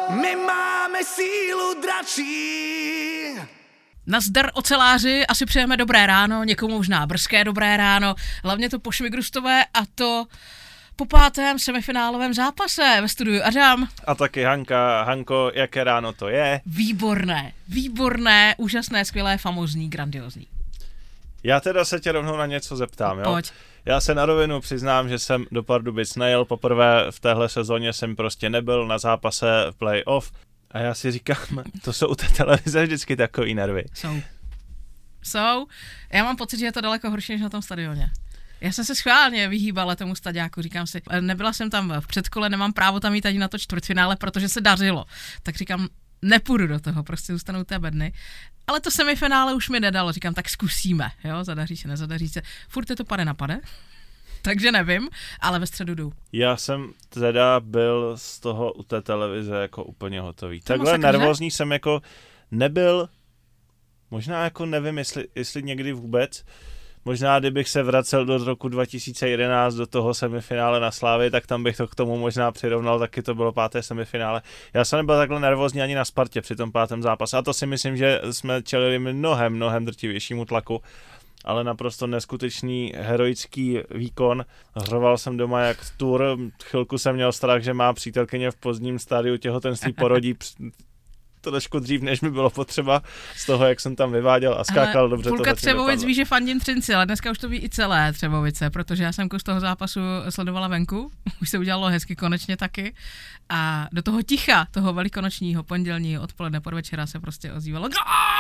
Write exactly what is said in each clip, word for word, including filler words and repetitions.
My máme sílu dračí. Nazdar oceláři, asi přejeme dobré ráno, někomu možná brzké dobré ráno, hlavně to po Šmigrustové a to po pátém semifinálovém zápase ve studiu Adam. A taky Hanka. Hanko, jaké ráno to je? Výborné, výborné, úžasné, skvělé, famózní, grandiozní. Já teda se tě rovnou na něco zeptám, jo? Pojď. Já se na rovinu přiznám, že jsem do Pardubic nejel, poprvé v téhle sezóně jsem prostě nebyl na zápase playoff a já si říkám, to jsou u té televize vždycky takový nervy. Jsou. Jsou. Já mám pocit, že je to daleko horší než na tom stadioně. Já jsem se schválně vyhýbala tomu stadiáku, říkám si, nebyla jsem tam v předkole, nemám právo tam jít ani na to čtvrtfinále, protože se dařilo. Tak říkám, nepůjdu do toho, prostě zůstanou té bedny. Ale to semifinále už mi nedalo, říkám, tak zkusíme, jo, zadaří se, nezadaří se. Furt je to pade na pade, takže nevím, ale ve středu jdu. Já jsem teda byl z toho u té televize jako úplně hotový. To Takhle masakr, nervózní jsem jako nebyl, možná jako nevím, jestli, jestli někdy vůbec. Možná, kdybych se vracel do roku dva tisíce jedenáct do toho semifinále na Slávii, tak tam bych to k tomu možná přirovnal, taky to bylo páté semifinále. Já jsem nebyl takhle nervózní ani na Spartě při tom pátém zápase a to si myslím, že jsme čelili mnohem, mnohem drtivějšímu tlaku, ale naprosto neskutečný heroický výkon. Hroval jsem doma jak tur, chvilku jsem měl strach, že má přítelkyně v pozdním stádiu těhotenství porodí trošku dřív, než mi bylo potřeba z toho, jak jsem tam vyváděl a skákal ale dobře. Půlka Třebovic ví, že fandím Třinci, ale dneska už to ví i celé Třebovice, protože já jsem kus toho zápasu sledovala venku, už se udělalo hezky konečně taky a do toho ticha, toho velikonočního pondělního odpoledne podvečera se prostě ozývalo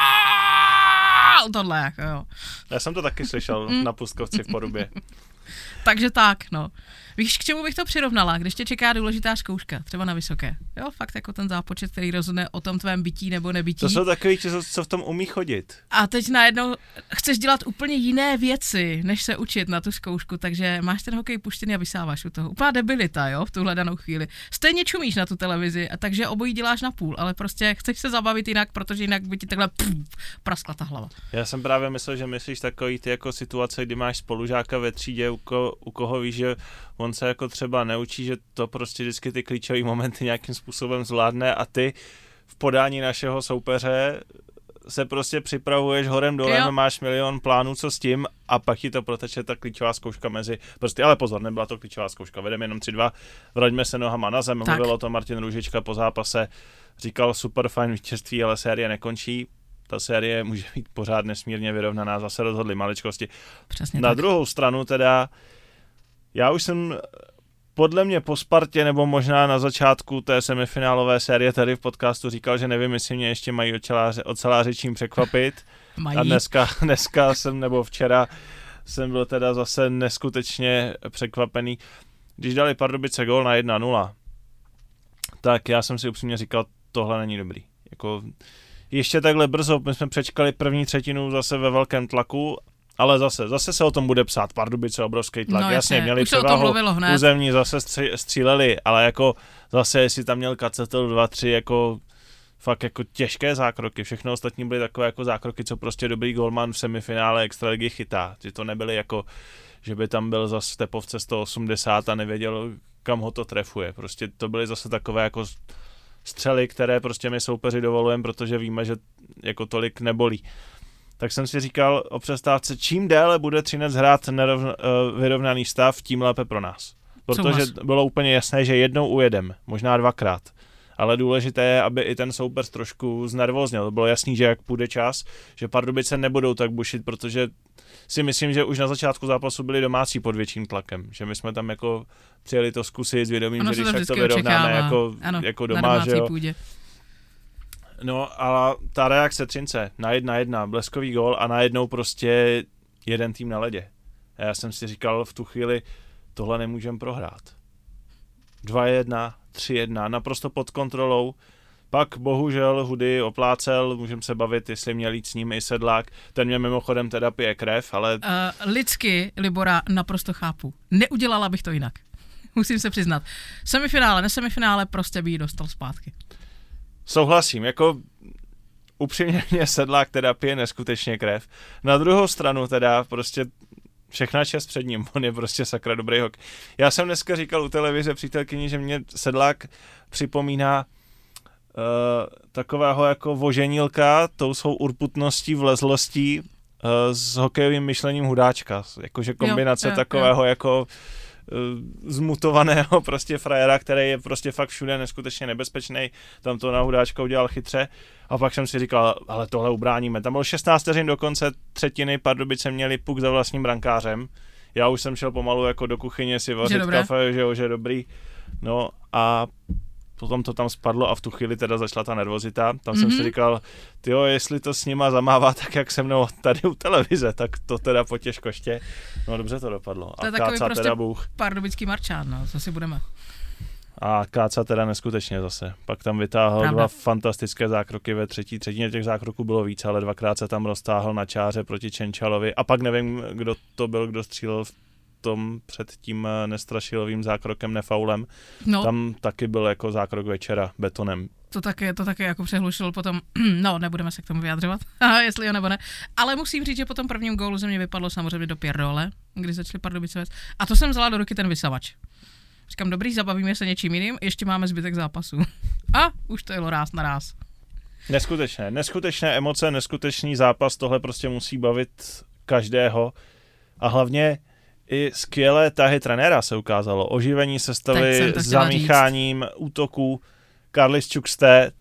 tohle, jako jo. Já jsem to taky slyšel na Pustkovci v Porubě. Takže tak, no. Víš, k čemu bych to přirovnala, když tě čeká důležitá zkouška, třeba na vysoké. Jo, fakt jako ten zápočet, který rozhodne o tom tvém bytí nebo nebytí. To jsou takový, co, co v tom umí chodit. A teď najednou chceš dělat úplně jiné věci, než se učit na tu zkoušku, takže máš ten hokej puštěný a vysáváš u toho. Úplná debilita, jo, v tuhle danou chvíli. Stejně čumíš na tu televizi, a takže obojí děláš na půl, ale prostě chceš se zabavit jinak, protože jinak by ti takhle pff, praskla ta hlava. Já jsem právě myslel, že myslíš takový ty jako situace, kdy máš spolužáka ve třídě, u, ko, u koho víš, že on se jako třeba neučí, že to prostě vždycky ty klíčové momenty nějakým způsobem zvládne a ty v podání našeho soupeře se prostě připravuješ horem dolem a máš milion plánů, co s tím a pak ti to proteče ta klíčová zkouška mezi, prostě, ale pozor, nebyla to klíčová zkouška, vedeme jenom tři dva, vraťme se nohama na zem, mluvil o tom Martin Růžička po zápase, říkal super fajn vítězství, ale série nekončí. Ta série může být pořád nesmírně vyrovnaná, zase rozhodli maličkosti. Přesně na tak. druhou stranu teda, já už jsem podle mě po Spartě, nebo možná na začátku té semifinálové série tady v podcastu říkal, že nevím, jestli mě ještě mají oceláři, oceláři čím překvapit. Mají. A dneska, dneska jsem, nebo včera jsem byl teda zase neskutečně překvapený. Když dali Pardubice gól na jedna nula, tak já jsem si upřímně říkal, tohle není dobrý. Jako ještě takhle brzo, my jsme přečkali první třetinu zase ve velkém tlaku, ale zase, zase se o tom bude psát, Pardubice, obrovský tlak, no, jasně, měli už se o tom převahu, mluvilo hned. územní zase stři- stříleli, ale jako zase, jestli tam měl Kacetel dva tři, jako fakt jako těžké zákroky, všechno ostatní byly takové jako zákroky, co prostě dobrý golman v semifinále extraligy chytá, že to nebyly jako, že by tam byl zase v tepovce sto osmdesát a nevěděl, kam ho to trefuje, prostě to byly zase takové jako střely, které prostě my soupeři dovolujeme, protože víme, že jako tolik nebolí. Tak jsem si říkal o přestávce, čím déle bude Třinec hrát nerov, uh, vyrovnaný stav, tím lépe pro nás. Protože bylo úplně jasné, že jednou ujedem, možná dvakrát. Ale důležité je, aby i ten soupeř trošku znervózněl. To bylo jasný, že jak půjde čas, že Pardubice nebudou tak bušit, protože si myslím, že už na začátku zápasu byli domácí pod větším tlakem. Že my jsme tam jako přijeli to zkusit s vědomím, ono že když to tak to vyrovnáme jako, ano, jako doma, že jo. Půdě. No, ale ta reakce Třince na jedna jedna, bleskový gól a najednou prostě jeden tým na ledě. A já jsem si říkal v tu chvíli, tohle nemůžeme prohrát. dva jedna, tři jedna, naprosto pod kontrolou. Pak bohužel Hudy oplácel, můžeme se bavit, jestli měl jít s ním i Sedlák. Ten mě mimochodem teda pije krev, ale... Uh, lidsky, Libora, naprosto chápu. Neudělala bych to jinak. Musím se přiznat. Semifinále, ne semifinále, prostě by ji dostal zpátky. Souhlasím, jako upřímně mě Sedlák teda pije neskutečně krev. Na druhou stranu teda prostě všechna čest před ním, on je prostě sakra dobrý hok. Já jsem dneska říkal u televize přítelkyni, že mě Sedlák připomíná takového jako voženílka, tou svou urputností, vlezlostí, uh, s hokejovým myšlením hudáčka. Jakože kombinace jo, jo, takového jo. jako uh, zmutovaného prostě frajera, který je prostě fakt všude neskutečně nebezpečný. Tam to na hudáčka udělal chytře. A pak jsem si říkal, ale tohle ubráníme. Tam bylo šestnáct vteřin do konce třetiny, Pardubice měli puk za vlastním brankářem. Já už jsem šel pomalu jako do kuchyně si vařit kafe, že jo, že dobrý. No a potom to tam spadlo a v tu chvíli teda začala ta nervozita. Tam mm-hmm. jsem si říkal, tyjo, jestli to s nima zamává tak, jak se mnou tady u televize, tak to teda potěžkoště. No dobře to dopadlo. To je takový prostě teda Bůh. Pardubický Marčán, no, co si budeme. A Káca teda neskutečně zase. Pak tam vytáhl Pravda. dva fantastické zákroky ve třetí třetině, těch zákroků bylo víc, ale dvakrát se tam roztáhl na čáře proti Čenčalovi. A pak nevím, kdo to byl, kdo střílel v tom před tím nestrašilovým zákrokem, nefaulem. No. Tam taky byl jako zákrok večera betonem. To taky, to taky jako přehlušil potom, no nebudeme se k tomu vyjadřovat, jestli jo nebo ne, ale musím říct, že po tom prvním gólu ze mě vypadlo samozřejmě do pěrdole, když začali Pardubice vést. A to jsem vzala do ruky ten vysavač. Říkám, dobrý, zabavíme se něčím jiným, ještě máme zbytek zápasu. A už to jelo ráz na ráz. Neskutečné, neskutečné emoce, neskutečný zápas, tohle prostě musí bavit každého. A hlavně i skvělé tahy trenéra se ukázalo. Oživení sestavy s zamícháním říct. útoků. Karlis Čuksté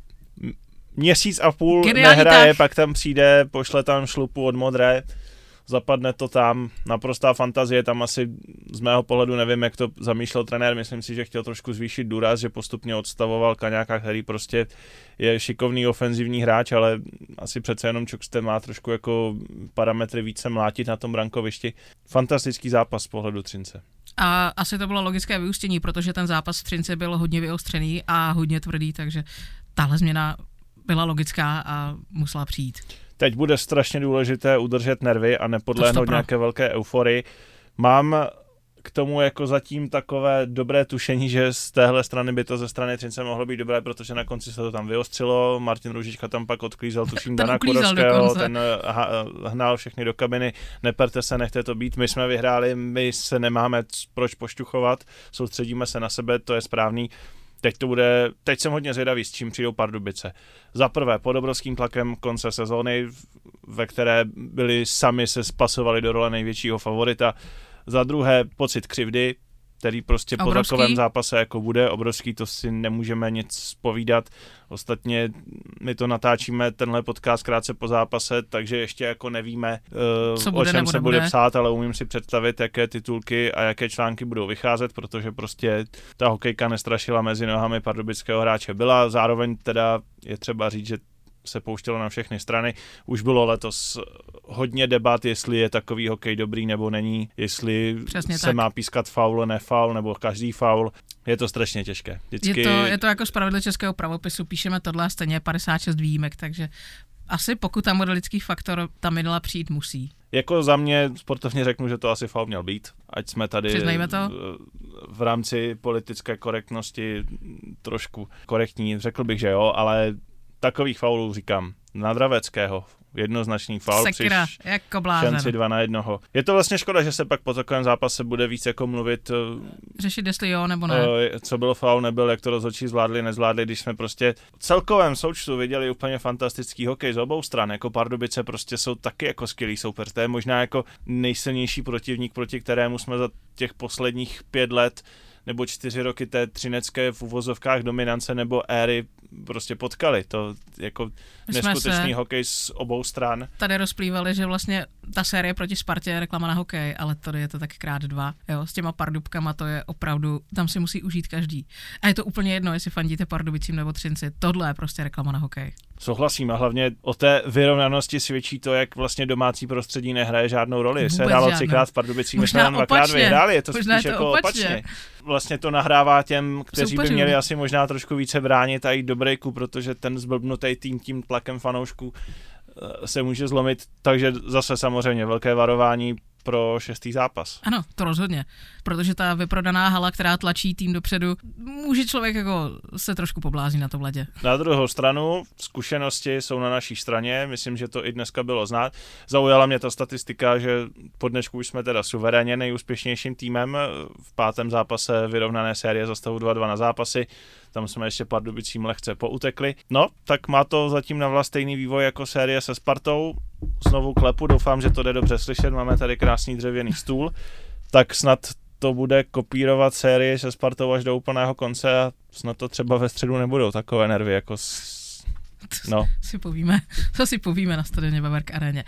měsíc a půl Geniální nehraje, tak. Pak tam přijde, pošle tam šlupu od Modré. Zapadne to tam, naprostá fantazie, tam asi z mého pohledu nevím, jak to zamýšlel trenér, myslím si, že chtěl trošku zvýšit důraz, že postupně odstavoval Kaňáka, který prostě je šikovný ofenzivní hráč, ale asi přece jenom Čukste má trošku jako parametry více mlátit na tom brankovišti. Fantastický zápas z pohledu Třince. A asi to bylo logické vyústění, protože ten zápas v Třinci byl hodně vyostřený a hodně tvrdý, takže tahle změna byla logická a musela přijít. Teď bude strašně důležité udržet nervy a nepodléhnout nějaké velké euforii. Mám k tomu jako zatím takové dobré tušení, že z téhle strany by to ze strany Třince mohlo být dobré, protože na konci se to tam vyostřilo, Martin Růžička tam pak odklízel, tuším, Dana Kurovského, ten hnal všechny do kabiny, neperte se, nechte to být, my jsme vyhráli, my se nemáme proč pošťuchovat, soustředíme se na sebe, to je správný. Teď to bude, teď jsem hodně zvědavý, s čím přijdou Pardubice. Za prvé pod obrovským tlakem konce sezóny, ve které byli sami se spasovali do role největšího favorita. Za druhé pocit křivdy, který prostě obrovský. Po takovém zápase jako bude obrovský, to si nemůžeme nic povídat. Ostatně my to natáčíme, tenhle podcast krátce po zápase, takže ještě jako nevíme, uh, bude, o čem se bude psát, ale umím si představit, jaké titulky a jaké články budou vycházet, protože prostě ta hokejka nestrašila mezi nohami pardubického hráče byla. Zároveň teda je třeba říct, že se pouštělo na všechny strany. Už bylo letos hodně debat, jestli je takový hokej dobrý nebo není, jestli Přesně se tak. má pískat faul, ne faul, nebo každý faul. Je to strašně těžké. Vždycky... Je, to, je to jako z pravidla českého pravopisu, píšeme tohle a stejně padesát šest výjimek, takže asi pokud tam bude lidský faktor, ta minula přijít musí. Jako za mě sportovně řeknu, že to asi faul měl být, ať jsme tady to. v rámci politické korektnosti trošku korektní, řekl bych, že jo, ale takových faulů říkám, na Draveckého, jednoznačný faul při jako šanci dva na jednoho. Je to vlastně škoda, že se pak po takovém zápase bude víc jako mluvit. Řešit, jestli jo nebo ne. Co bylo faul, nebyl, jak to rozhodčí zvládli, nezvládli, když jsme prostě v celkovém součtu viděli úplně fantastický hokej z obou stran. Jako Pardubice prostě jsou taky jako skvělý soupeř. To je možná jako nejsilnější protivník, proti kterému jsme za těch posledních pět let nebo čtyři roky té třinecké v uvozovkách dominance nebo éry prostě potkali. To jako neskutečný hokej z obou stran. Tady rozplývali, že vlastně ta série proti Spartě je reklama na hokej, ale tady je to tak krát dva. Jo, s těma Pardubkama to je opravdu, tam si musí užít každý. A je to úplně jedno, jestli fandíte Pardubicím nebo Třinci. Tohle je prostě reklama na hokej. Souhlasím a hlavně o té vyrovnanosti svědčí to, jak vlastně domácí prostředí nehraje žádnou roli. Se hrálo třikrát v Pardubicích, my jsme tam dvakrát vyhráli, je to spíš to jako opačně. opačně. Vlastně to nahrává těm, kteří Soupeřů. by měli asi možná trošku více bránit a jít do breaku, protože ten zblbnutý tým tím tlakem fanoušků se může zlomit. Takže zase samozřejmě velké varování pro šestý zápas. Ano, to rozhodně, protože ta vyprodaná hala, která tlačí tým dopředu, může člověk jako se trošku pobláznit na to ledě. Na druhou stranu, zkušenosti jsou na naší straně, myslím, že to i dneska bylo znát. Zaujala mě ta statistika, že po dnešku už jsme teda suverénně nejúspěšnějším týmem v pátém zápase vyrovnané série za stavu dva dva na zápasy. Tam jsme ještě Pardubicím lehce poutekli. No, tak má to zatím na vlast stejný vývoj jako série se Spartou. Znovu klepu, doufám, že to jde dobře slyšet, máme tady krásný dřevěný stůl. Tak snad to bude kopírovat sérii se Spartou až do úplného konce a snad to třeba ve středu nebudou takové nervy jako s... no. To si povíme, to si povíme na stadioně Baverk Aréně.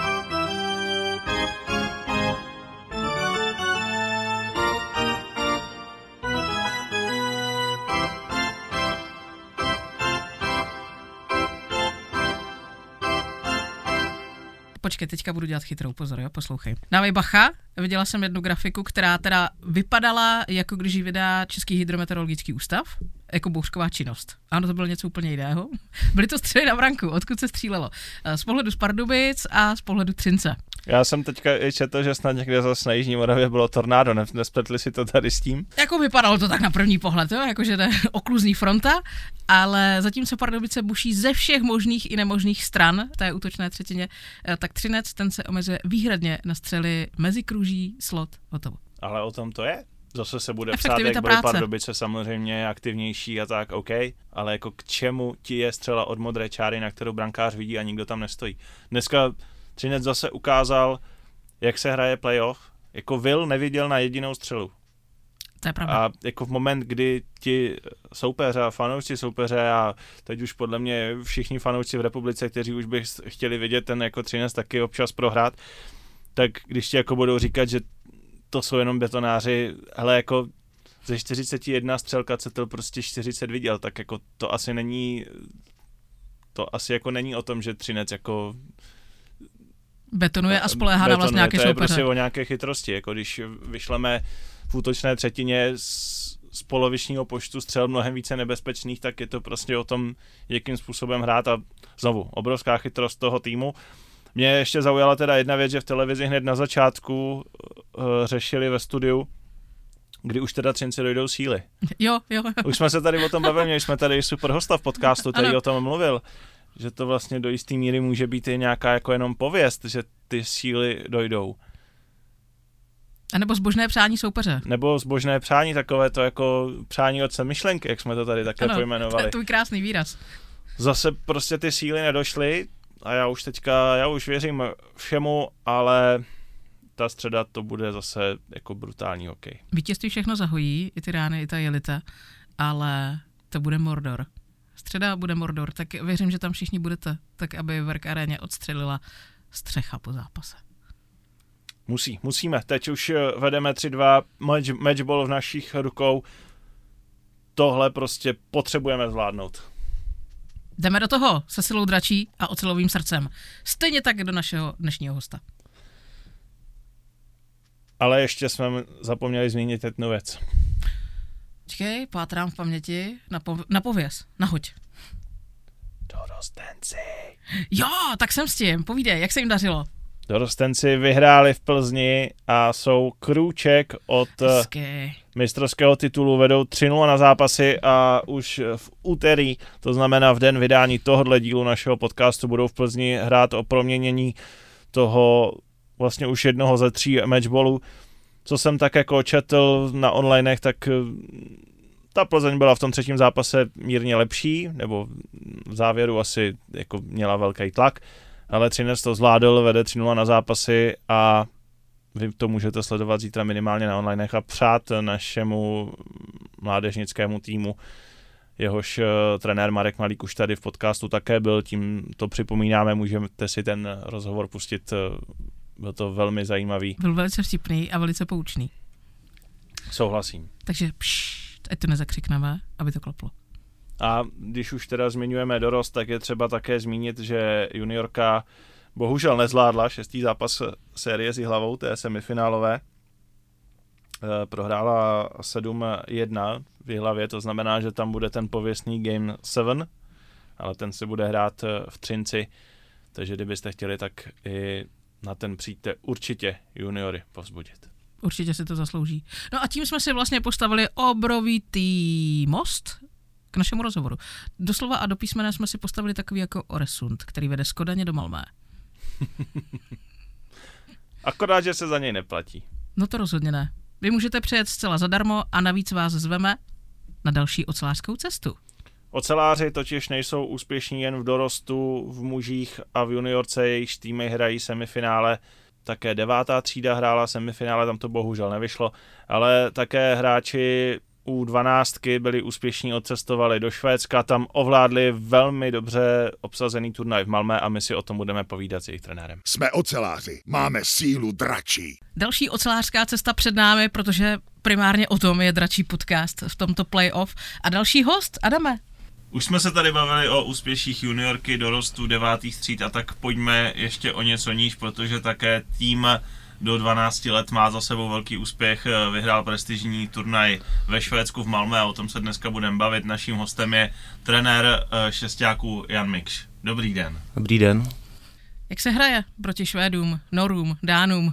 Počkej, teďka budu dělat chytrou, pozor, jo, poslouchej. Dávej bacha, viděla jsem jednu grafiku, která teda vypadala, jako když ji vydá Český hydrometeorologický ústav, jako bouřková činnost. Ano, to bylo něco úplně jiného. Byly to střely na branku, odkud se střílelo. Z pohledu z Pardubic a z pohledu Třince. Já jsem teďka i četl, že snad někde zase na Jižní Moravě bylo tornádo, ne, nespletli si to tady s tím? Jako vypadalo to tak na první pohled, jo, jakože jde okluzní fronta, ale zatímco Pardubice buší ze všech možných i nemožných stran té útočné třetině, tak Třinec ten se omezuje výhradně na střely mezi kruží, slot, hotovo. Ale o tom to je. Zase se bude psát, jak byly Pardubice samozřejmě aktivnější a tak, OK, ale jako k čemu ti je střela od modré čáry, na kterou brankář vidí a nikdo tam nestojí. Dneska Třinec zase ukázal, jak se hraje playoff. Jako Will neviděl na jedinou střelu. To je pravda. A jako v moment, kdy ti soupeře a fanoušci soupeře a teď už podle mě všichni fanoušci v republice, kteří už by chtěli vidět ten jako Třinec taky občas prohrát, tak když ti jako budou říkat, že to jsou jenom betonáři, hele jako ze čtyřicet jedna střelka Cetl prostě čtyřicet viděl, tak jako to asi není, to asi jako není o tom, že Třinec jako betonuje a spoléhá na vlastně nějaké soupeře. To je prostě o nějaké chytrosti, jako když vyšleme v útočné třetině z, z polovičního počtu střel mnohem více nebezpečných, tak je to prostě o tom, jakým způsobem hrát a znovu, obrovská chytrost toho týmu. Mě ještě zaujala teda jedna věc, že v televizi hned na začátku uh, řešili ve studiu, kdy už teda Třinci dojdou síly. Jo, jo. Už jsme se tady o tom bavili, měli jsme tady super hosta v podcastu, který ano. o tom mluvil, že to vlastně do jistý míry může být i nějaká jako jenom pověst, že ty síly dojdou. A nebo zbožné přání soupeře. Nebo zbožné přání, takové to jako přání otce myšlenky, jak jsme to tady také ano, pojmenovali. To je tvůj krásný výraz. Zase prostě ty síly nedošly a já už teďka, já už věřím všemu, ale ta středa to bude zase jako brutální hokej. Vítězství všechno zahojí, i ty rány, i ta jelita, ale to bude Mordor. Středa bude Mordor, tak věřím, že tam všichni budete, tak aby Verk Aréně odstřelila střecha po zápase. Musí, musíme. Teď už vedeme tři dva, match, matchball v našich rukou. Tohle prostě potřebujeme zvládnout. Jdeme do toho se silou dračí a ocelovým srdcem. Stejně tak do našeho dnešního hosta. Ale ještě jsme zapomněli zmínit jednu věc. Čekej, pátrám v paměti. Na, po, na pověz, nahoď. Dorostenci. Jo, tak jsem s tím. Povídej, jak se jim dařilo? Dorostenci vyhráli v Plzni a jsou krůček od Hezky. mistrovského titulu, vedou tři nula na zápasy a už v úterý, to znamená v den vydání tohohle dílu našeho podcastu, budou v Plzni hrát o proměnění toho vlastně už jednoho ze tří matchballů. Co jsem tak jako četl na onlinech, tak ta Plzeň byla v tom třetím zápase mírně lepší, nebo v závěru asi jako měla velký tlak, ale Třinec to zvládl, vede tři nula na zápasy a vy to můžete sledovat zítra minimálně na onlinech a přát našemu mládežnickému týmu, jehož trenér Marek Malík už tady v podcastu také byl, tím to připomínáme, můžete si ten rozhovor pustit, byl to velmi zajímavý. Byl velice vtipný a velice poučný. Souhlasím. Takže pšt, ať to nezakřikneme, aby to kloplo. A když už teda zmiňujeme dorost, tak je třeba také zmínit, že juniorka bohužel nezvládla šestý zápas série s Jihlavou, té semifinálové. E, prohrála sedm jedna v Jihlavě, to znamená, že tam bude ten pověstný Game sedm, ale ten se bude hrát v Třinci, takže kdybyste chtěli, tak i Na ten přijďte určitě juniory povzbudit. Určitě si to zaslouží. No a tím jsme si vlastně postavili obrovitý most k našemu rozhovoru. Doslova a do písmene jsme si postavili takový jako Oresund, který vede z Kodaně do Malmé. Akorát, že se za něj neplatí. No to rozhodně ne. Vy můžete přijet zcela zadarmo a navíc vás zveme na další ocelářskou cestu. Oceláři totiž nejsou úspěšní jen v dorostu, v mužích a v juniorce, jejichž týmy hrají semifinále. Také devátá třída hrála semifinále, tam to bohužel nevyšlo, ale také hráči U dvanáct byli úspěšní, odcestovali do Švédska, tam ovládli velmi dobře obsazený turnaj v Malmé a my si o tom budeme povídat s jejich trenérem. Jsme oceláři, máme sílu dračí. Další ocelářská cesta před námi, protože primárně o tom je Dračí podcast v tomto playoff. A další host, Adame. Už jsme se tady bavili o úspěších juniorky, dorostu, devátých tříd a tak pojďme ještě o něco níž, protože také tým do dvanácti let má za sebou velký úspěch, vyhrál prestižní turnaj ve Švédsku v Malmö a o tom se dneska budeme bavit. Naším hostem je trenér šestáků Jan Mikš. Dobrý den. Dobrý den. Jak se hraje proti Švédům, Norům, Dánům?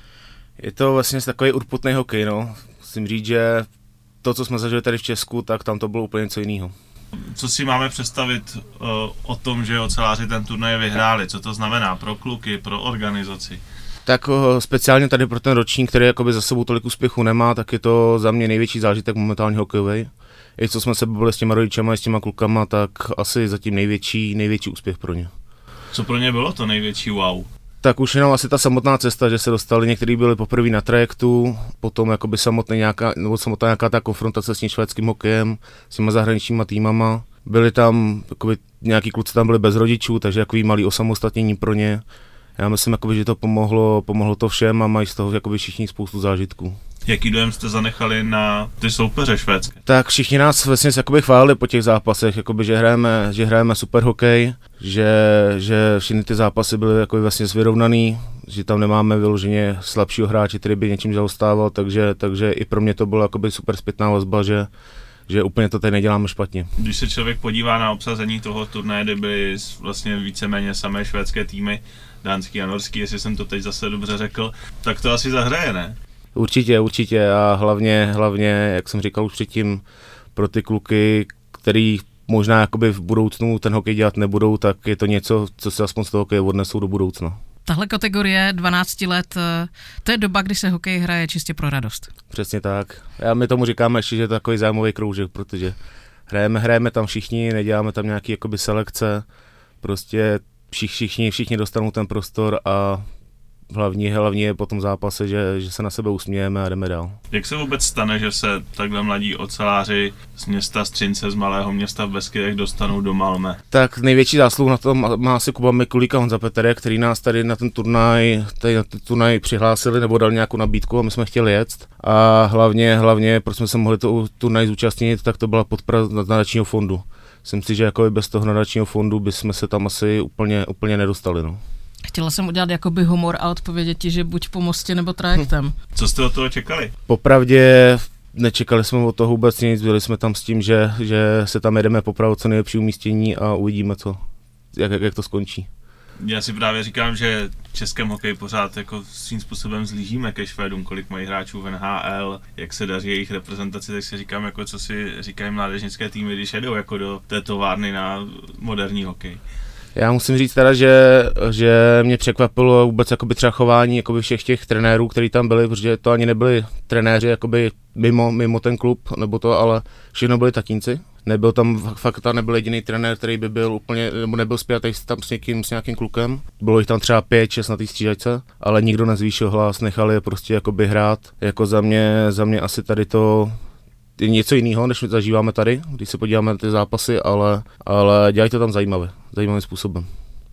Je to vlastně takový urputný hokej, no. Musím říct, že to, co jsme zažili tady v Česku, tak tam to bylo úplně něco jiného. Co si máme představit uh, o tom, že oceláři ten turnaj vyhráli? Co to znamená pro kluky, pro organizaci? Tak speciálně tady pro ten ročník, který jakoby za sebou tolik úspěchu nemá, tak je to za mě největší zážitek momentálně hokejový. I co jsme se bavili s těma rodičema, s těma klukama, tak asi zatím největší, největší úspěch pro ně. Co pro ně bylo to největší wow? Tak už jenom asi ta samotná cesta, že se dostali, někteří byli poprvé na trajektu, potom jakoby samotný nějaká, nebo samotná nějaká ta konfrontace s tím švédským hokejem, s těma zahraničníma týmama. Byli tam, jakoby, nějaký kluci tam byli bez rodičů, takže jakoby malý osamostatnění pro ně. Já myslím, jakoby, že to pomohlo, pomohlo to všem a mají z toho jakoby všichni spoustu zážitků. Jaký dojem jste zanechali na ty soupeře švédské? Tak všichni nás vlastně jakoby chválili po těch zápasech, jakoby, že, hrajeme, že hrajeme super hokej, že, že všechny ty zápasy byly jakoby vlastně vyrovnaný, že tam nemáme vyloženě slabšího hráče, který by něčím zaostával, takže, takže i pro mě to bylo jakoby super zpětná vazba, že že úplně to tady neděláme špatně. Když se člověk podívá na obsazení toho turnaje, kde byly vlastně víceméně samé švédské týmy, dánský a norský, jestli jsem to teď zase dobře řekl, tak to asi zahraje, ne? Určitě, určitě a hlavně, hlavně, jak jsem říkal už předtím, pro ty kluky, který možná jakoby v budoucnu ten hokej dělat nebudou, tak je to něco, co se aspoň z toho hokeje odnesou do budoucna. Tahle kategorie dvanáct let, to je doba, kdy se hokej hraje čistě pro radost. Přesně tak. Já my tomu říkáme ještě, že je to takový zájmový kroužek, protože hrajeme, hrajeme tam všichni, neděláme tam nějaký jakoby selekce, prostě všichni, všichni dostanou ten prostor a hlavní, hlavní je po tom zápase, že, že se na sebe usmějeme a jdeme dál. Jak se vůbec stane, že se takhle mladí oceláři z města Střince, z malého města v Beskydech dostanou do Malmö? Tak největší zásluhu na tom má asi Kuba Mikulík a Honza Peterek, který nás tady na ten turnaj, tady na ten turnaj přihlásili nebo dali nějakou nabídku a my jsme chtěli jet. A hlavně, hlavně, proč jsme se mohli to turnaj zúčastnit, tak to byla podpora nadačního fondu. Myslím si, že jako bez toho nadačního fondu bychom se tam asi úplně, úplně nedostali. No. Chtěla jsem udělat jakoby humor a odpovědět ti, že buď po mostě nebo trajektem. Hm. Co jste od toho čekali? Popravdě nečekali jsme od toho vůbec nic, byli jsme tam s tím, že, že se tam jedeme popravit co nejlepší umístění a uvidíme, co, jak, jak to skončí. Já si právě říkám, že v českém hokeji pořád jako svým způsobem zlížíme ke Švédům, kolik mají hráčů v N H L, jak se daří jejich reprezentaci, tak si říkám, jako co si říkají mládežnické týmy, když jedou jako do té továrny na moderní hokej. Já musím říct teda, že, že mě překvapilo vůbec jakoby třeba chování jakoby všech těch trenérů, kteří tam byli, protože to ani nebyli trenéři jakoby mimo, mimo ten klub, nebo to, ale všechno byli tatínci. Nebyl tam, fakt tam nebyl jediný trenér, který by byl úplně, nebo nebyl spjatý tam s někým, s nějakým klukem. Bylo jich tam třeba pět, šest na té střídačce, ale nikdo nezvýšil hlas, nechali je prostě jakoby hrát. Jako za mě, za mě asi tady to je něco jiného, než my zažíváme tady, když se podíváme na ty zápasy, ale, ale dělají to tam zajímavě, zajímavým způsobem.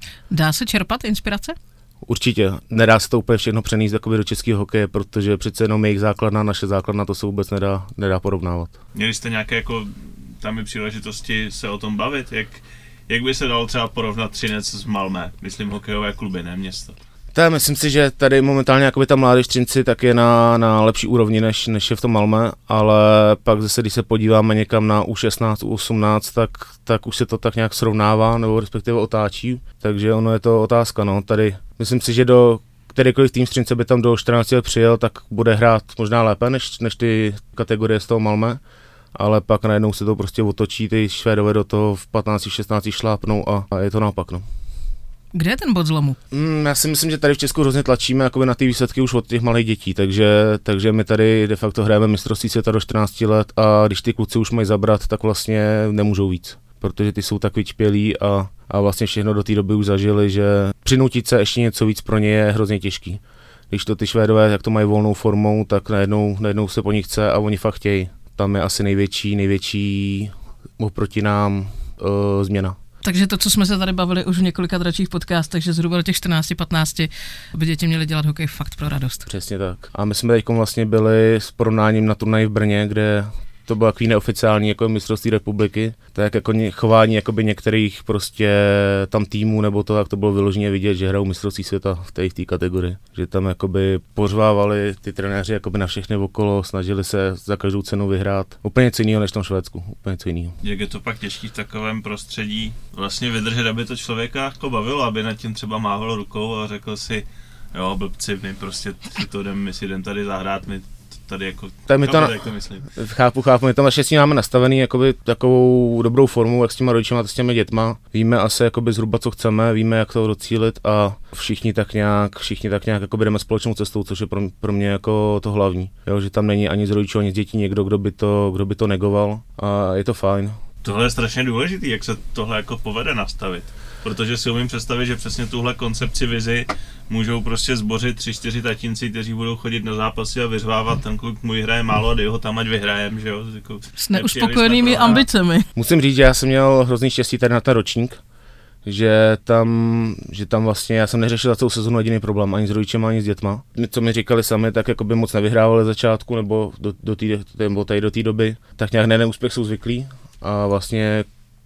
Dá se čerpat inspirace? Určitě. Nedá se to úplně všechno přenést do českého hokeje, protože přece jenom jejich základna, naše základna, to se vůbec nedá, nedá porovnávat. Měli jste nějaké jako tam i příležitosti se o tom bavit? Jak, jak by se dalo třeba porovnat Třinec s Malmö? Myslím hokejové kluby, ne město. Tak myslím si, že tady momentálně jakoby ta mládež Třinci tak je na, na lepší úrovni, než, než je v tom Malmö, ale pak zase, když se podíváme někam na U šestnáct, U osmnáct, tak, tak už se to tak nějak srovnává, nebo respektive otáčí, takže ono je to otázka, no, tady myslím si, že do kterýkoliv tým Střince by tam do čtrnácti let přijel, tak bude hrát možná lépe než, než ty kategorie z toho Malmö, ale pak najednou se to prostě otočí, ty Švédové do toho v patnácti šestnácti šlápnou a, a je to naopak. No. Kde je ten bod zlomu? Mm, já si myslím, že tady v Česku hrozně tlačíme jakoby na ty výsledky už od těch malých dětí, takže, takže my tady de facto hrajeme mistrovství světa do čtrnácti let a když ty kluci už mají zabrat, tak vlastně nemůžou víc, protože ty jsou tak vyčpělí a, a vlastně všechno do té doby už zažili, že přinutit se ještě něco víc pro ně je hrozně těžký. Když to ty Švédové, jak to mají volnou formou, tak najednou, najednou se po nich chce a oni fakt chtějí. Tam je asi největší, největší oproti nám uh, změna. Takže to, co jsme se tady bavili už v několika dračích podcastech, že zhruba do těch čtrnácti patnácti by děti měly dělat hokej fakt pro radost. Přesně tak. A my jsme teď vlastně byli s porovnáním na turnaji v Brně, kde to bylo takový neoficiální jako mistrovství republiky, tak jako chování jakoby některých prostě tam týmů nebo to, jak to bylo vyloženě vidět, že hrajou mistrovství světa v té, v té kategorii. Že tam jakoby pořvávali ty trenéři jakoby na všechny okolo, snažili se za každou cenu vyhrát. Úplně něco jiného než v tom Švédsku, úplně něco jiného. Jak je to pak těžký v takovém prostředí vlastně vydržet, aby to člověka jako bavilo, aby nad tím třeba mával rukou a řekl si, jo blbci, my prostě si to jdem, my si jdem tady zahrát, my tady jako, tak my to, na, to myslím. Chápu, chápu, my tam naštěstí máme nastavený jakoby takovou dobrou formu, jak s těma rodičima, s těmi dětma. Víme asi jakoby zhruba, co chceme, víme, jak to docílit a všichni tak nějak, všichni tak nějak jakoby jdeme společnou cestou, což je pro, pro mě jako to hlavní. Jo, že tam není ani z rodičů, ani z dětí někdo, kdo by to, kdo by to negoval a je to fajn. Tohle je strašně důležitý, jak se tohle jako povede nastavit. Protože si umím představit, že přesně tuhle koncepci vizi můžou prostě zbořit tři, čtyři tatínci, kteří budou chodit na zápasy a vyřvávat, ten kluk můj hraje málo a dej ho tam, ať vyhrajem, že jo. Jako, s neuspokojenými ambicemi. Musím říct, že já jsem měl hrozný štěstí tady na ten ročník, že tam, že tam vlastně, já jsem neřešil za celou sezonu jediný problém, ani s rodičema, ani s dětma. Co mi říkali sami, tak jako by moc nevyhrávali začátku, nebo do, do tý, nebo tady do té doby, tak nějak na neúspěch jsou zvyklí a vlastně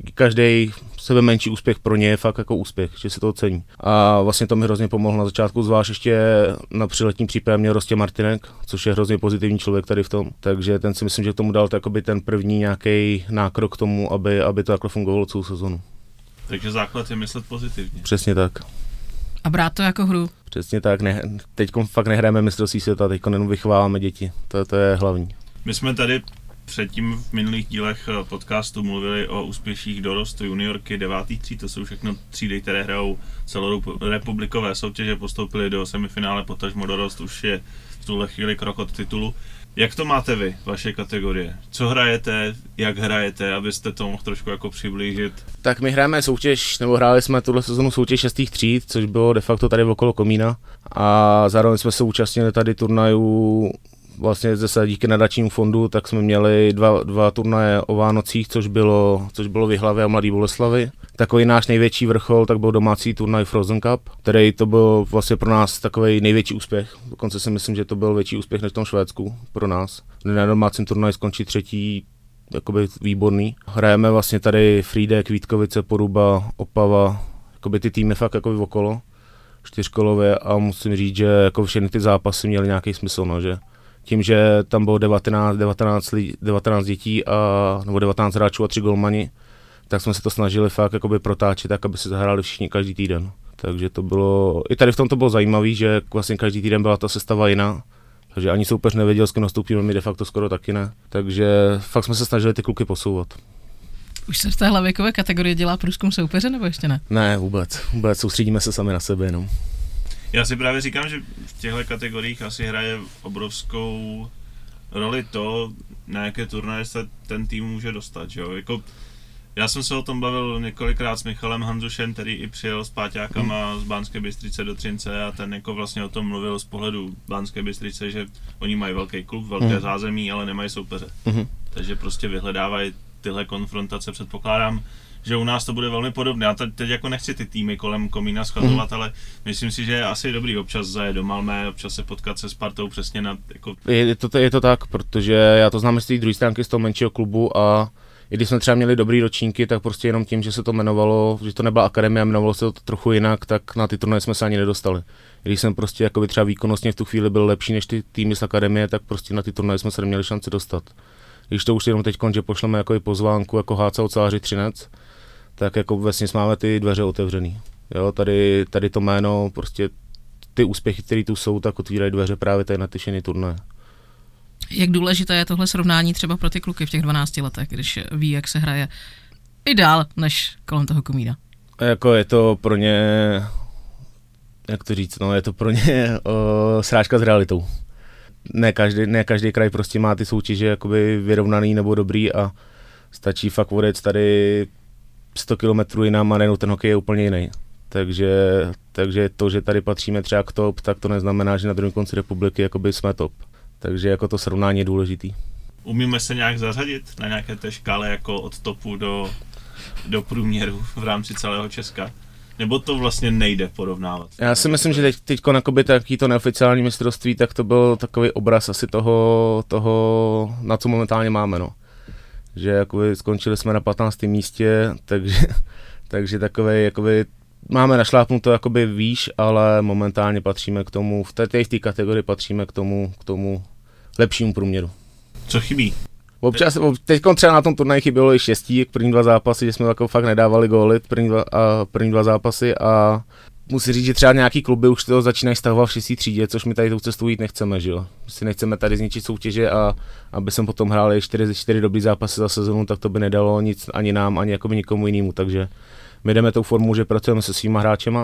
každý sebe menší úspěch pro ně je fakt jako úspěch, že se to ocení. A vlastně to mi hrozně pomohlo na začátku, zvlášť ještě na přiletní přípravě měl Rostě Martinek, což je hrozně pozitivní člověk tady v tom. Takže ten si myslím, že k tomu dal takoby ten první nějaký nákrok k tomu, aby, aby to takhle fungovalo celou sezonu. Takže základ je myslet pozitivně. Přesně tak. A brát to jako hru. Přesně tak, ne, teď fakt nehrajeme mistrovství světa, teď jenom vychováváme děti, to, to je hlavní. My jsme tady předtím v minulých dílech podcastu mluvili o úspěších dorostu juniorky devátých tříd, to jsou všechno třídy, které hrajou celou republikové soutěže, postoupili do semifinále, potažmo dorost už je v tuhle chvíli krok od titulu. Jak to máte vy, vaše kategorie? Co hrajete, jak hrajete, abyste to mohl trošku jako přiblížit? Tak my hrajeme soutěž, nebo hráli jsme tuhle sezonu soutěž šestých tříd, což bylo de facto tady okolo Komína a zároveň jsme se účastnili tady turnajů vlastně zase díky nadačnímu fondu, tak jsme měli dva, dva turnaje o Vánocích, což bylo, což bylo v Jihlavě a Mladý Boleslavi. Takový náš největší vrchol, tak byl domácí turnaj Frozen Cup, který to byl vlastně pro nás takový největší úspěch. Dokonce si myslím, že to byl větší úspěch než v tom Švédsku pro nás. Na domácím turnaji skončí třetí, jakoby výborný. Hrajeme vlastně tady Frýdek, Vítkovice, Poruba, Opava, jakoby ty týmy fakt jakoby okolo, čtyřkolově a musím říct, že jako všechny ty zápasy měly nějaký smysl, no, že tím, že tam bylo devatenáct, devatenáct, devatenáct dětí a, nebo devatenáct hráčů a tři golmani, tak jsme se to snažili fakt jakoby protáčet tak, aby se zahráli všichni každý týden. Takže to bylo, i tady v tom to bylo zajímavé, že vlastně každý týden byla ta sestava jiná, takže ani soupeř nevěděl, s kým nastoupíme, my de facto skoro taky ne. Takže fakt jsme se snažili ty kluky posouvat. Už se v téhle věkové kategorii dělá průzkum soupeře, nebo ještě ne? Ne, vůbec. Vůbec soustředíme se sami na sebe jenom. Já si právě říkám, že v těchto kategoriích asi hraje obrovskou roli to, na jaké turnaje se ten tým může dostat, že jo? Jako, já jsem se o tom bavil několikrát s Michalem Hanzušem, který i přijel s páťákama z Banské Bystrice do Třince a ten jako vlastně o tom mluvil z pohledu Banské Bystrice, že oni mají velký klub, velké mm. zázemí, ale nemají soupeře. Mm. Takže prostě vyhledávají tyhle konfrontace, předpokládám, že u nás to bude velmi podobné. Já teď jako nechci ty týmy kolem Komína schazovat, mm. ale myslím si, že je asi dobrý občas zajet do Malmé, občas se potkat se Spartou přesně na... Jako... Je, to, je to tak, protože já to znám z té druhé stránky z toho menšího klubu a i když jsme třeba měli dobrý ročníky, tak prostě jenom tím, že se to jmenovalo, že to nebyla akademie, jmenovalo se to trochu jinak, tak na ty turnaje jsme se ani nedostali. Když jsem prostě jakoby třeba výkonnostně v tu chvíli byl lepší než ty týmy z akademie, tak prostě na ty turnaje jsme se neměli šanci dostat. Když to už jenom teď že pošleme jako pozvánku jako H C Oceláři Třinec, tak jako vesměs máme ty dveře otevřený. Jo, tady, tady to jméno prostě ty úspěchy, které tu jsou, tak otvírají dveře právě tady na ty všechny turnaje. Jak důležité je tohle srovnání třeba pro ty kluky v těch dvanácti letech, když ví, jak se hraje i dál, než kolem toho komína? A jako je to pro ně, jak to říct, no je to pro ně o, srážka s realitou. Ne každý, ne každý kraj prostě má ty soutěže jakoby vyrovnaný nebo dobrý a stačí fakt odjet tady sto kilometrů jinam a najednou ten hokej je úplně jiný. Takže, takže to, že tady patříme třeba k top, tak to neznamená, že na druhém konci republiky jakoby jsme top. Takže jako to srovnání je důležitý. Umíme se nějak zařadit na nějaké té škále jako od topu do, do průměru v rámci celého Česka? Nebo to vlastně nejde porovnávat? Já si myslím, že teď, teďko nakoby taky to neoficiální mistrovství, tak to byl takový obraz asi toho, toho na co momentálně máme, no. Že jakoby skončili jsme na patnáctém místě, takže, takže takovej, jakoby máme našlápnuto jakoby výš, ale momentálně patříme k tomu, v té, v té kategorii patříme k tomu, k tomu lepšímu průměru. Co chybí? Občas, teď třeba na tom turnaji chybělo i štěstí, jak první dva zápasy, že jsme jako fakt nedávali góly první dva, a první dva zápasy a musím říct, že třeba nějaký kluby už to začínají stahovat v šestý třídě, což my tady tou cestou jít nechceme, že jo. Si nechceme tady zničit soutěže a aby jsme potom hráli čtyři ze čtyři dobrý zápasy za sezonu, tak to by nedalo nic ani nám, ani jakoby nikomu jinému, takže my jdeme tou formou, že pracujeme se svýma hráčema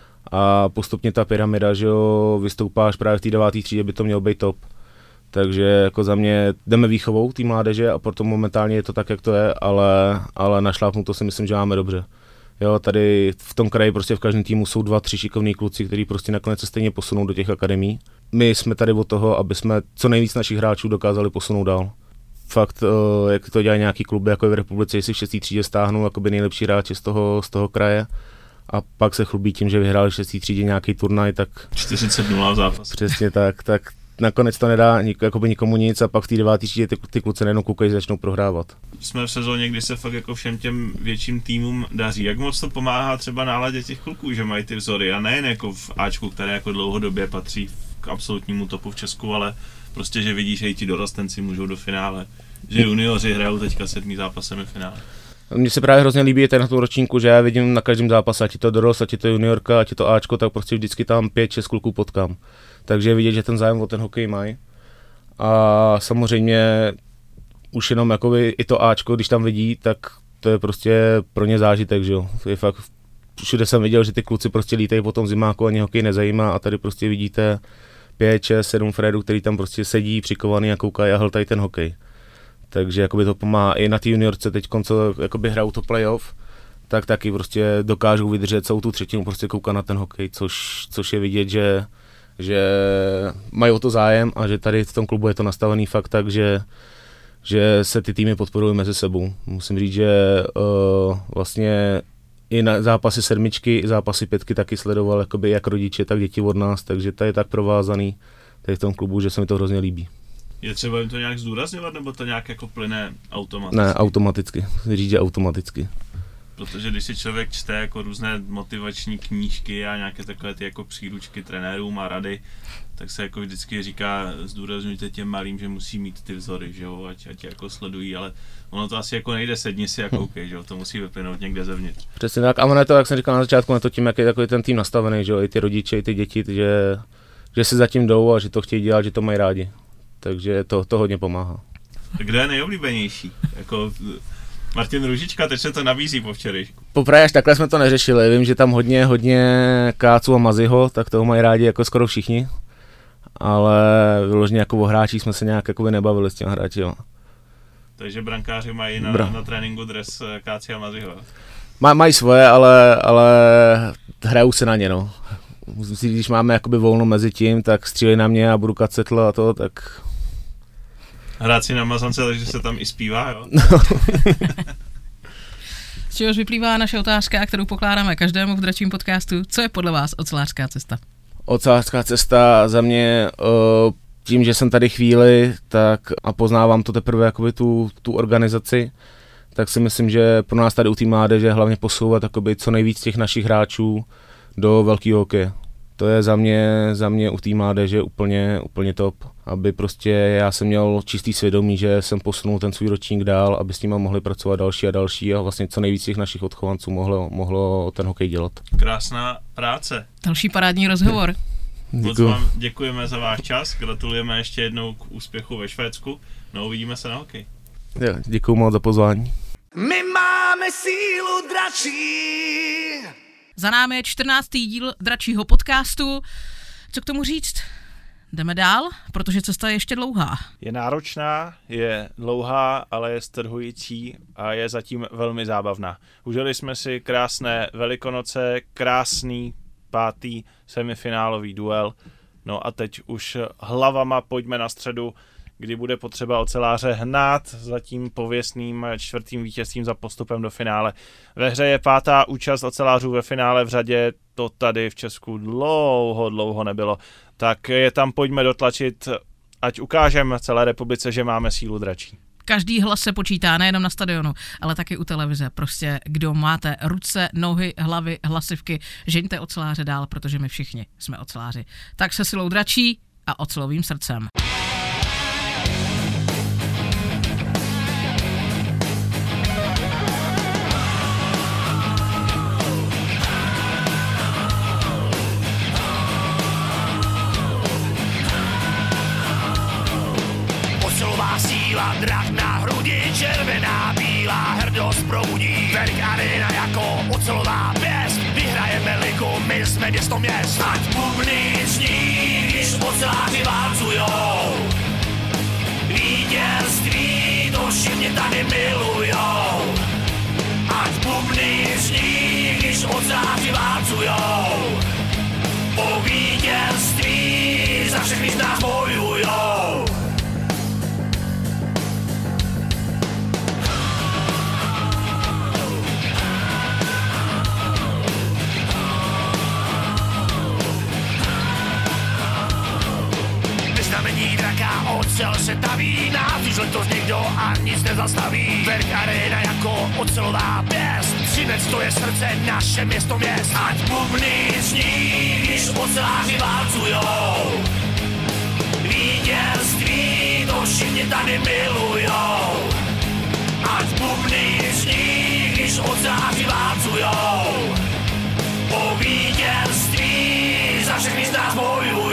a postupně ta pyramida, že jo, vystoupáš právě v té deváté třídě, by to mělo být top. Takže jako za mě jdeme výchovou té mládeže a proto momentálně je to tak, jak to je, ale, ale našlápnout to si myslím, že máme dobře. Jo, tady v tom kraji prostě v každém týmu jsou dva, tři šikovní kluci, kteří prostě nakonec se stejně posunou do těch akademií. My jsme tady od toho, aby jsme co nejvíc našich hráčů dokázali posunout dál. Fakt, jak to dělají nějaký kluby, jako je v republice, jestli v šestý třídě stáhnou jakoby nejlepší hráči z toho, z toho kraje a pak se chlubí tím, že vyhráli v šestý třídě nějaký turnaj, tak... čtyřicet nula v zápase. Přesně tak, tak nakonec to nedá nik, jakoby nikomu nic a pak v té deváté třídě ty, ty kluci najednou koukají, začnou prohrávat. Jsme v sezóně, kdy se fakt jako všem těm větším týmům daří. Jak moc to pomáhá třeba náladě těch kluků, že mají ty vzory a nejen jako v Ačku, které jako dlouhodobě patří k absolutnímu topu v Česku, ale prostě, že vidí, že i ti dorostenci můžou do finále. Že junioři hrajou teďka sedmý zápasem v finále. Mně se právě hrozně líbí tady na tom ročníku, že já vidím na každém zápase, ať je to dorost, ať je to juniorka, ať je to Ačko, tak prostě vždycky tam pět, šest kluků potkám. Takže je vidět, že ten zájem o ten hokej mají. A samozřejmě už jenom jakoby i to Ačko, když tam vidí, tak to je prostě pro ně zážitek, že jo. Je fakt, všude jsem viděl, že ty kluci prostě lítají po tom zimáku, ani hokej nezajímá a tady prostě vidíte pět, šest, sedm Fredů, který tam prostě sedí přikovaný a koukají a hltají ten hokej. Takže jakoby to pomáhá i na té juniorce teď, co jakoby hrajou to playoff, tak taky prostě dokážou vydržet celou tu třetinu, prostě koukat na ten hokej, což, což je vidět, že, že mají o to zájem a že tady v tom klubu je to nastavený fakt tak, že, že se ty týmy podporují mezi sebou. Musím říct, že uh, vlastně i na zápasy sedmičky, i zápasy pětky taky sledoval jakoby jak rodiče, tak děti od nás, takže to je tak provázaný tady v tom klubu, že se mi to hrozně líbí. Je třeba jim to nějak zdůrazňovat, nebo to nějak jako plyne automaticky? Ne, automaticky, říct, že automaticky. Protože když si člověk čte jako různé motivační knížky a nějaké takové ty jako příručky trenérům a rady, tak se jako vždycky říká, zdůrazňujte těm malým, že musí mít ty vzory, že jo, ať, ať jako sledují, ale ono to asi jako nejde, sedni si a koukej, že jo, to musí vyplynout někde zevnitř. Přesně tak, a ono je to, jak jsem říkal na začátku, je to tím, jak je takový ten tým nastavený, že jo, i ty rodiče, i ty děti, že, že si zatím jdou a že to chtějí dělat, že to mají rádi. Takže to, to hodně pomáhá. Kdo je nejoblíbenější? Jako Martin Růžička, teď se to nabízí po včerejšku. Popravdě až takhle jsme to neřešili, vím, že tam hodně, hodně Káců a Maziho, tak toho mají rádi jako skoro všichni. Ale vyloženě jako o hráčích jsme se nějak jakoby nebavili s těmi hráči, jo. Takže brankáři mají na, na tréninku dres Káci a Maziho. Maj, mají svoje, ale, ale hrajou se na ně, no. Když máme jakoby volno mezi tím, tak střílej na mě a budu kacetl a to, tak... Hrát si na mazance, takže se tam i zpívá, jo? No. Z čehož vyplývá naše otázka, kterou pokládáme každému v Dračím podcastu. Co je podle vás ocelářská cesta? Ocelářská cesta za mě, tím, že jsem tady chvíli, tak a poznávám to teprve jakoby tu, tu organizaci, tak si myslím, že pro nás tady u té mládeže hlavně posouvat jakoby co nejvíc těch našich hráčů do velkého hokeje. To je za mě, za mě u té mládeže úplně, úplně top, aby prostě já jsem měl čistý svědomí, že jsem posunul ten svůj ročník dál, aby s nimi mohli pracovat další a další a vlastně co nejvíc těch našich odchovanců mohlo, mohlo ten hokej dělat. Krásná práce. Další parádní rozhovor. Moc vám děkujeme za váš čas, gratulujeme ještě jednou k úspěchu ve Švédsku. No, uvidíme se na hokej. Děkuju moc za pozvání. My máme sílu dračí. Za námi je čtrnáctý díl dračího podcastu. Co k tomu říct? Jdeme dál, protože cesta je ještě dlouhá. Je náročná, je dlouhá, ale je strhující a je zatím velmi zábavná. Užili jsme si krásné Velikonoce, krásný pátý semifinálový duel. No a teď už hlavama pojďme na středu, kdy bude potřeba oceláře hnát za tím pověstným čtvrtým vítězstvím za postupem do finále. Ve hře je pátá účast ocelářů ve finále v řadě, to tady v Česku dlouho, dlouho nebylo. Tak je tam pojďme dotlačit, ať ukážeme celé republice, že máme sílu dračí. Každý hlas se počítá nejenom na stadionu, ale taky u televize. Prostě kdo máte ruce, nohy, hlavy, hlasivky, žeňte oceláře dál, protože my všichni jsme oceláři. Tak se silou dračí a ocelovým srdcem. Síla drak na hrudi, červená, bílá hrdost probudí. Verk Arena jako ocelová pěst, vyhrajeme ligu, my jsme město měst. Ať bubny zní, když oceláři válcujou. Vítězství, to všichni tady milujou. Ať bubny zní, když oceláři válcujou. O vítězství za všechny z nás bojujou. Znamení draka, ocel se taví, nás už letos nikdo a nic nezastaví. Verk Arena jako ocelová pěst, Třinec to je srdce, naše město měst. Ať bubny zní, když oceláři válcujou. Vítězství, to všichni tady milujou. Ať bubny zní, když oceláři válcujou. O vítězství za všechny z nás bojujou.